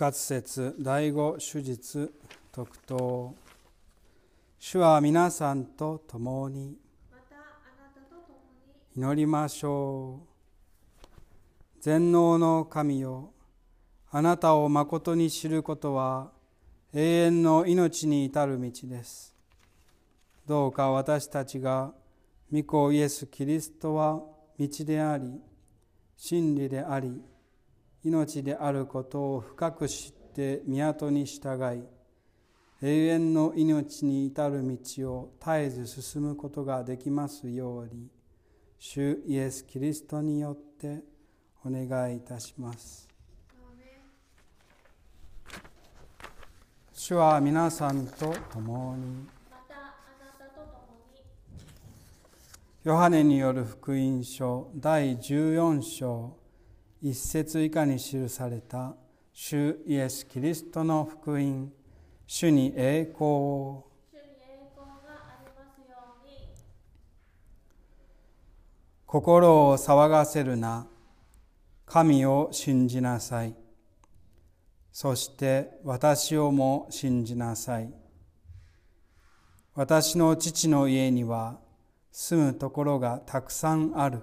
活節第5手術特答。主は皆さんと共に祈りましょう。全能の神よ、あなたをまことに知ることは永遠の命に至る道です。どうか私たちが御子イエス・キリストは道であり、真理であり、命であることを深く知って宮に従い、永遠の命に至る道を絶えず進むことができますように、主イエス・キリストによってお願いいたします。主は皆さんと共に。ヨハネによる福音書第14章1節以下に記された主イエス・キリストの福音、主に栄光を。心を騒がせるな、神を信じなさい。そして私をも信じなさい。私の父の家には住むところがたくさんある。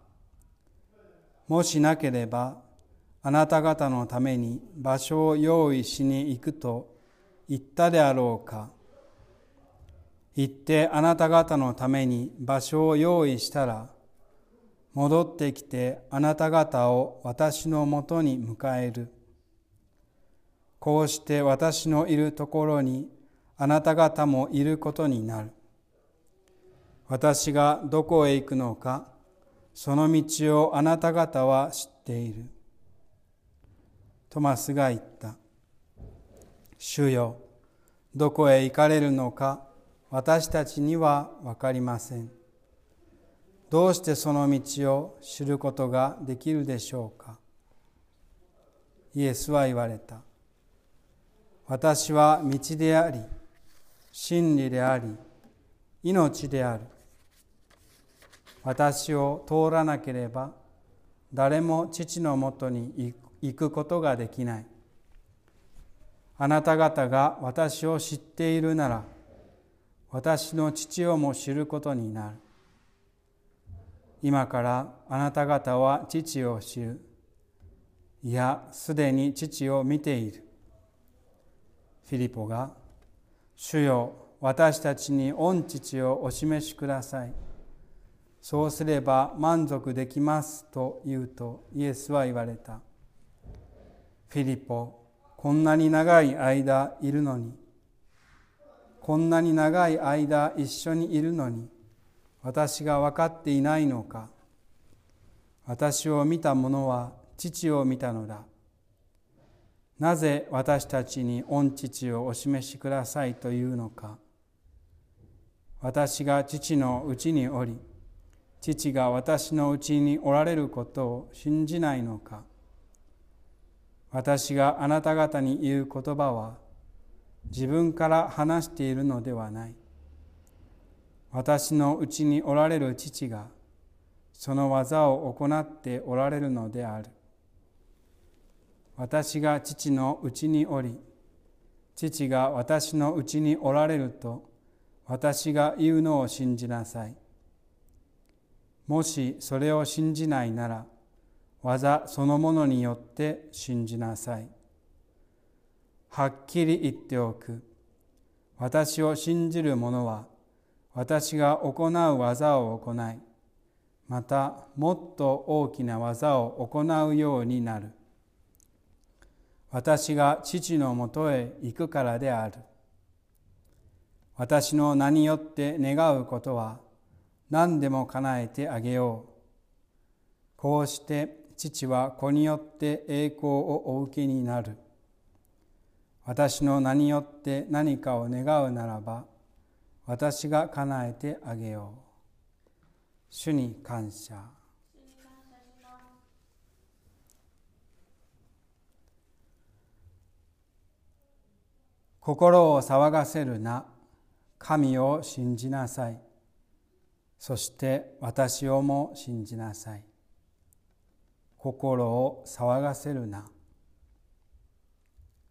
もしなければ、あなた方のために場所を用意しに行くと言ったであろうか。行ってあなた方のために場所を用意したら、戻ってきてあなた方を私のもとに迎える。こうして私のいるところにあなた方もいることになる。私がどこへ行くのか、その道をあなた方は知っている。トマスが言った。主よ、どこへ行かれるのか、私たちには分かりません。どうしてその道を知ることができるでしょうか。イエスは言われた。私は道であり、真理であり、命である。私を通らなければ、誰も父のもとに行くことができない。あなた方が私を知っているなら、私の父をも知ることになる。今からあなた方は父を知る。いや、すでに父を見ている。フィリポが、主よ、私たちに御父をお示しください。そうすれば満足できますと言うと、イエスは言われた。フィリポ、こんなに長い間いるのに、こんなに長い間一緒にいるのに、私が分かっていないのか。私を見た者は父を見たのだ。なぜ私たちに御父をお示しくださいというのか。私が父のうちにおり、父が私のうちにおられることを信じないのか。私があなた方に言う言葉は、自分から話しているのではない。私のうちにおられる父が、その技を行っておられるのである。私が父のうちにおり、父が私のうちにおられると、私が言うのを信じなさい。もしそれを信じないなら、技そのものによって信じなさい。はっきり言っておく。私を信じる者は、私が行う技を行い、またもっと大きな技を行うようになる。私が父のもとへ行くからである。私の名によって願うことは何でも叶えてあげよう。こうして父は子によって栄光をお受けになる。私の名によって何かを願うならば、私が叶えてあげよう。主に感謝。心を騒がせるな、神を信じなさい。そして私をも信じなさい。心を騒がせるな。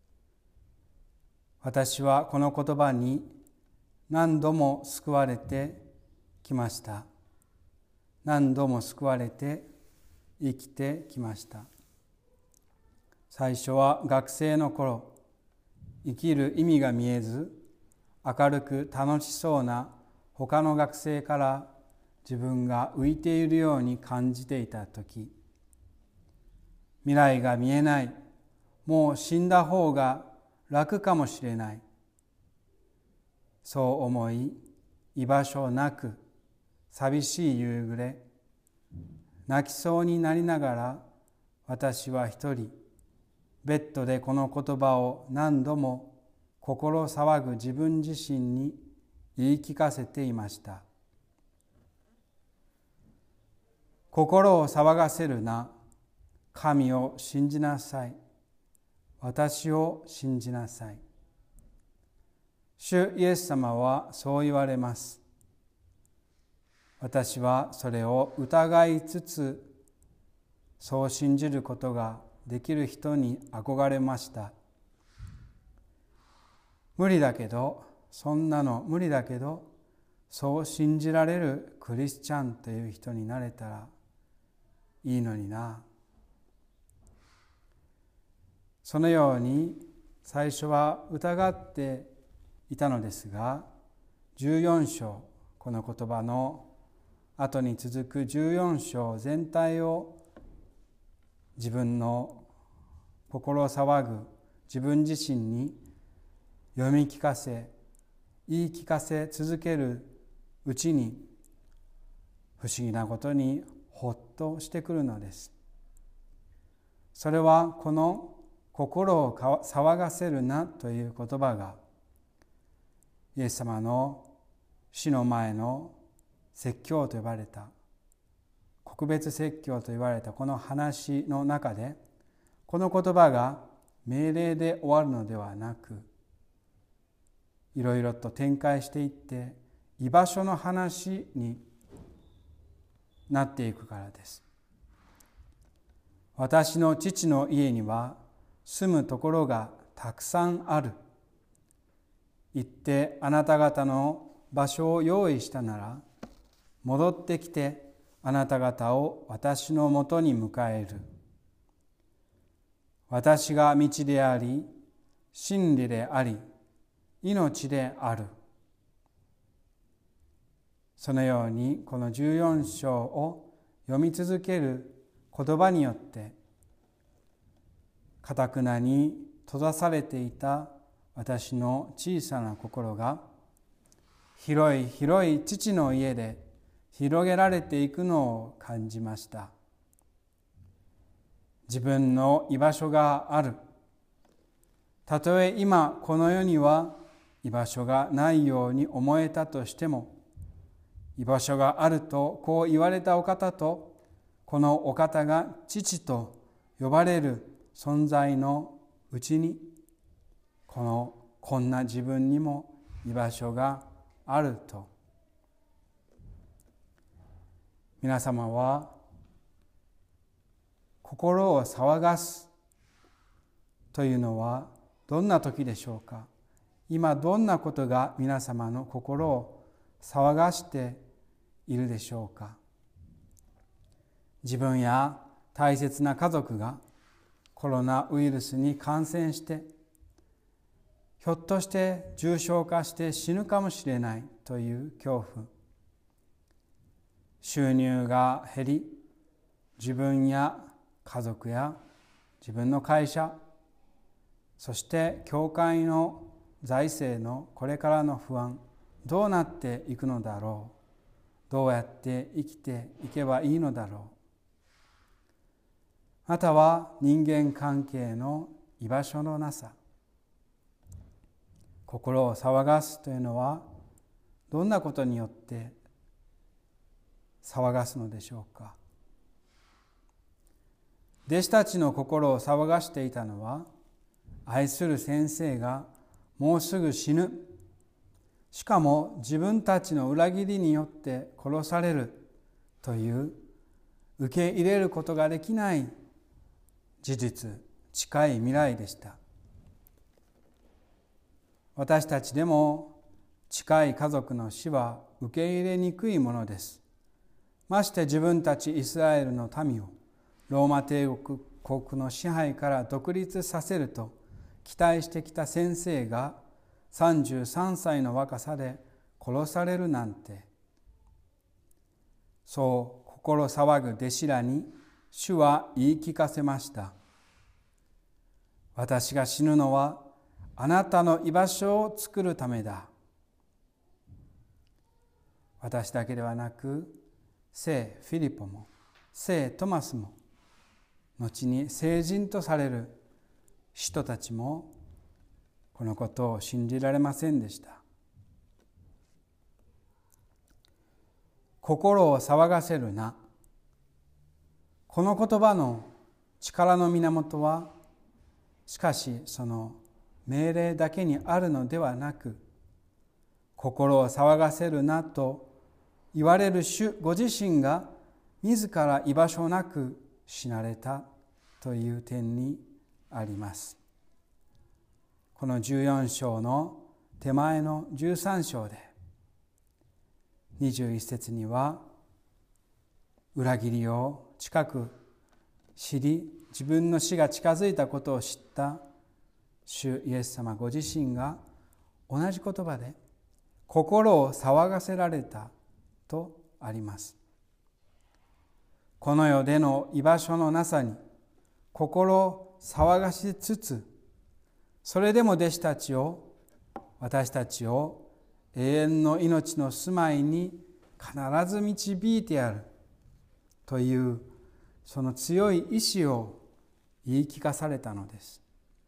私はこの言葉に何度も救われてきました。何度も救われて生きてきました。最初は学生の頃、生きる意味が見えず、明るく楽しそうな他の学生から自分が浮いているように感じていたとき、未来が見えない、もう死んだ方が楽かもしれない、そう思い、居場所なく寂しい夕暮れ、泣きそうになりながら、私は一人ベッドでこの言葉を何度も心騒ぐ自分自身に言い聞かせていました。心を騒がせるな、神を信じなさい。私を信じなさい。主イエス様はそう言われます。私はそれを疑いつつ、そう信じることができる人に憧れました。無理だけど、そんなの無理だけど、そう信じられるクリスチャンという人になれたらいいのにな。そのように最初は疑っていたのですが、14章、この言葉の後に続く14章全体を自分の心騒ぐ自分自身に読み聞かせ、言い聞かせ続けるうちに、不思議なことにほっとしてくるのです。それはこの心を騒がせるなという言葉が、イエス様の死の前の説教と呼ばれた、告別説教と言われたこの話の中で、この言葉が命令で終わるのではなく、いろいろと展開していって居場所の話になっていくからです。私の父の家には住むところがたくさんある。行ってあなた方の場所を用意したなら、戻ってきてあなた方を私のもとに迎える。私が道であり、真理であり、命である。そのようにこの14章を読み続ける言葉によって、堅なに閉ざされていた私の小さな心が、広い広い父の家で広げられていくのを感じました。自分の居場所がある。たとえ今この世には居場所がないように思えたとしても、居場所があるとこう言われたお方と、このお方が父と呼ばれる存在のうちに、こんな自分にも居場所があると。皆様は心を騒がすというのはどんな時でしょうか。今どんなことが皆様の心を騒がしているでしょうか。自分や大切な家族がコロナウイルスに感染して、ひょっとして重症化して死ぬかもしれないという恐怖。収入が減り、自分や家族や自分の会社、そして教会の財政のこれからの不安、どうなっていくのだろう。どうやって生きていけばいいのだろう。または人間関係の居場所のなさ。心を騒がすというのはどんなことによって騒がすのでしょうか。弟子たちの心を騒がしていたのは、愛する先生がもうすぐ死ぬ、しかも自分たちの裏切りによって殺されるという受け入れることができない事実、近い未来でした。 私たちでも近い家族の死は受け入れにくいものです。まして自分たちイスラエルの民をローマ帝国の支配から独立させると期待してきた先生が33歳の若さで殺されるなんて。そう心騒ぐ弟子らに主は言い聞かせました。私が死ぬのはあなたの居場所を作るためだ。私だけではなく、聖フィリポも聖トマスも後に聖人とされる人たちもこのことを信じられませんでした。心を騒がせるな。この言葉の力の源は、しかしその命令だけにあるのではなく、心を騒がせるなと言われる主ご自身が自ら居場所なく死なれたという点にあります。この14章の手前の13章で21節には、裏切りを近く知り、自分の死が近づいたことを知った主イエス様ご自身が同じ言葉で心を騒がせられたとあります。この世での居場所のなさに心を騒がしつつ、それでも私たちを永遠の命の住まいに必ず導いてやるというその強い意志を言い聞かされたのです。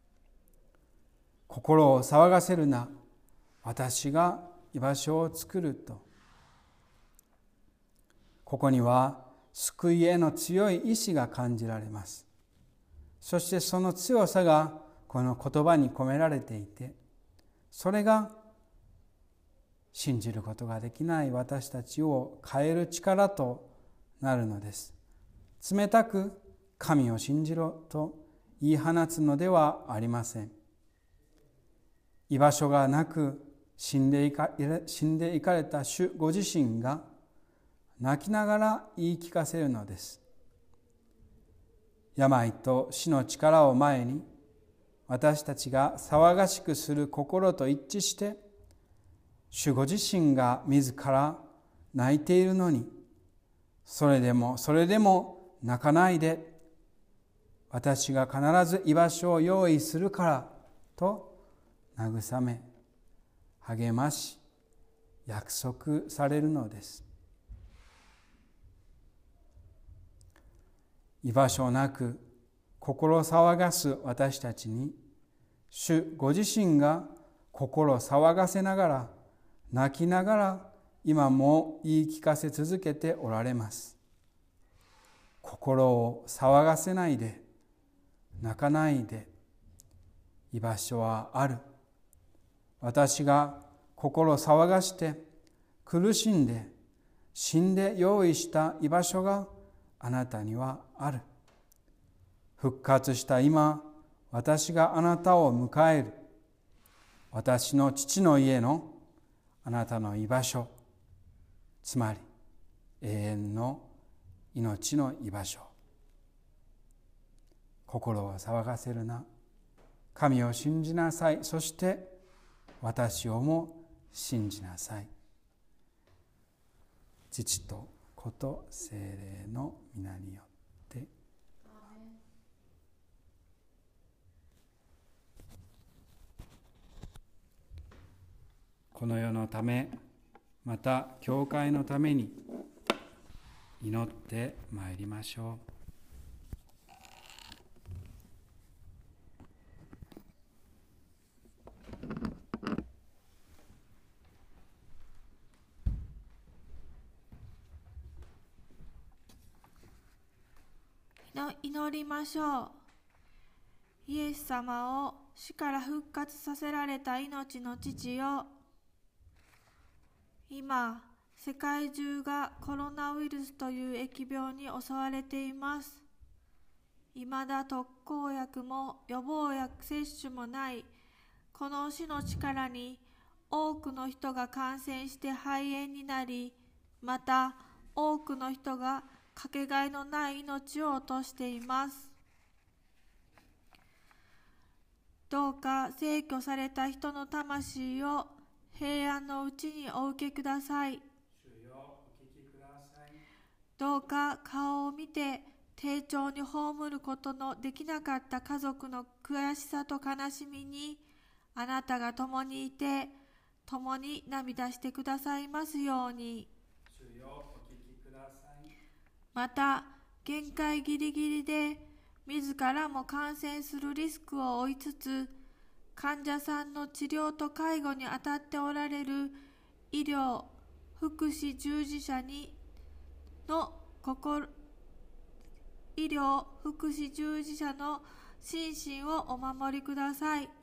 心を騒がせるな、私が居場所を作ると。ここには救いへの強い意志が感じられます。そしてその強さがこの言葉に込められていて、それが信じることができない私たちを変える力となるのです。冷たく神を信じろと言い放つのではありません。居場所がなく死んでいかれた主ご自身が泣きながら言い聞かせるのです。病と死の力を前に、私たちが騒がしくする心と一致して、主ご自身が自ら泣いているのに、それでも泣かないで、私が必ず居場所を用意するからと慰め、励まし、約束されるのです。居場所なく心騒がす私たちに、主ご自身が心騒がせながら、泣きながら今も言い聞かせ続けておられます。心を騒がせないで、泣かないで、居場所はある。私が心騒がして苦しんで死んで用意した居場所があなたにはある。復活した今、私があなたを迎える。私の父の家のあなたの居場所、つまり永遠の命の居場所。心を騒がせるな。神を信じなさい。そして私をも信じなさい。父と子と聖霊の皆によって。この世のため、また教会のために祈ってまいりましょう。 祈りましょう。イエス様を死から復活させられた命の父よ、今世界中がコロナウイルスという疫病に襲われています。未だ特効薬も予防薬接種もないこの死の力に多くの人が感染して肺炎になり、また多くの人がかけがえのない命を落としています。どうか逝去された人の魂を平安のうちにお受けください。どうか顔を見て丁重に葬ることのできなかった家族の悔しさと悲しみにあなたが共にいて、共に涙してくださいますように。また限界ギリギリで自らも感染するリスクを負いつつ、患者さんの治療と介護に当たっておられる医療・福祉従事者の心身をお守りください。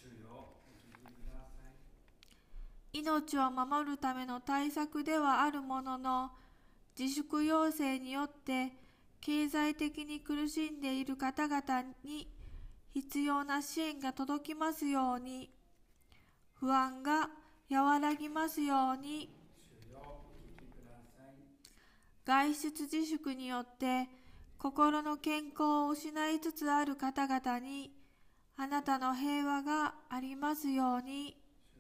命を守るための対策ではあるものの、自粛要請によって経済的に苦しんでいる方々に必要な支援が届きますように、不安が和らぎますように。外出自粛によって心の健康を失いつつある方々にあなたの平和がありますように。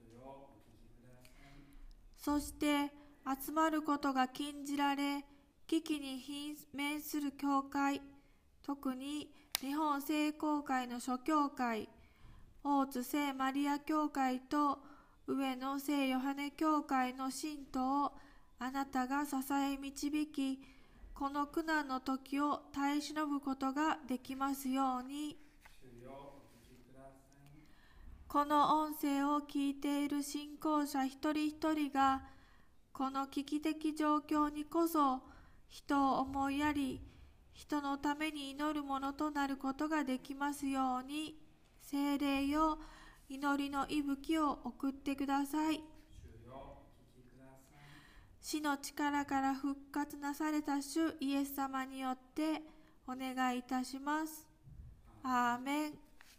そして集まることが禁じられ危機に面する教会、特に日本聖公会の諸教会、大津聖マリア教会と上野聖ヨハネ教会の信徒をあなたが支え導き、この苦難の時を耐え忍ぶことができますように。この音声を聞いている信仰者一人一人が、この危機的状況にこそ人を思いやり、人のために祈るものとなることができますように、聖霊よ、祈りの息吹を送ってください。死の力から復活なされた主イエス様によってお願いいたします。アーメン。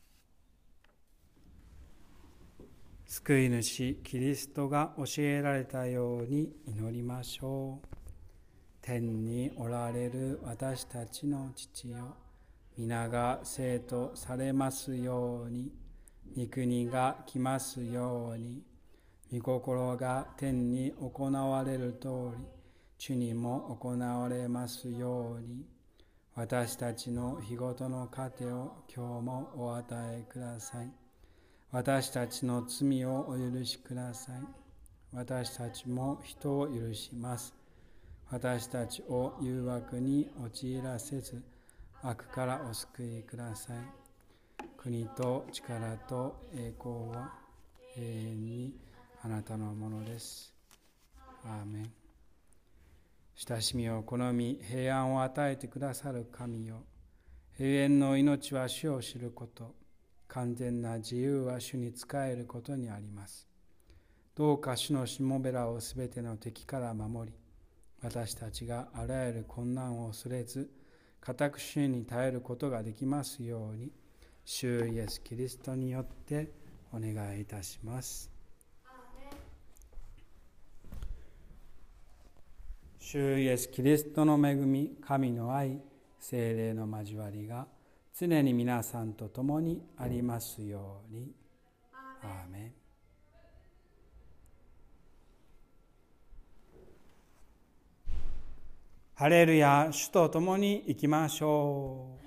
救い主キリストが教えられたように祈りましょう。天におられる私たちの父よ、皆が聖とされますように、御国が来ますように、御心が天に行われる通り、地にも行われますように。私たちの日ごとの糧を今日もお与えください。私たちの罪をお許しください。私たちも人を許します。私たちを誘惑に陥らせず、悪からお救いください。国と力と栄光は永遠にあなたのものです。アーメン。親しみを好み平安を与えてくださる神よ、永遠の命は主を知ること、完全な自由は主に仕えることにあります。どうか主のしもべらをすべての敵から守り、私たちがあらゆる困難を恐れず、固く主に耐えることができますように、主イエス・キリストによってお願いいたします。主イエス・キリストの恵み、神の愛、聖霊の交わりが常に皆さんと共にありますように。アーメン。ハレルヤ、主と共に生きましょう。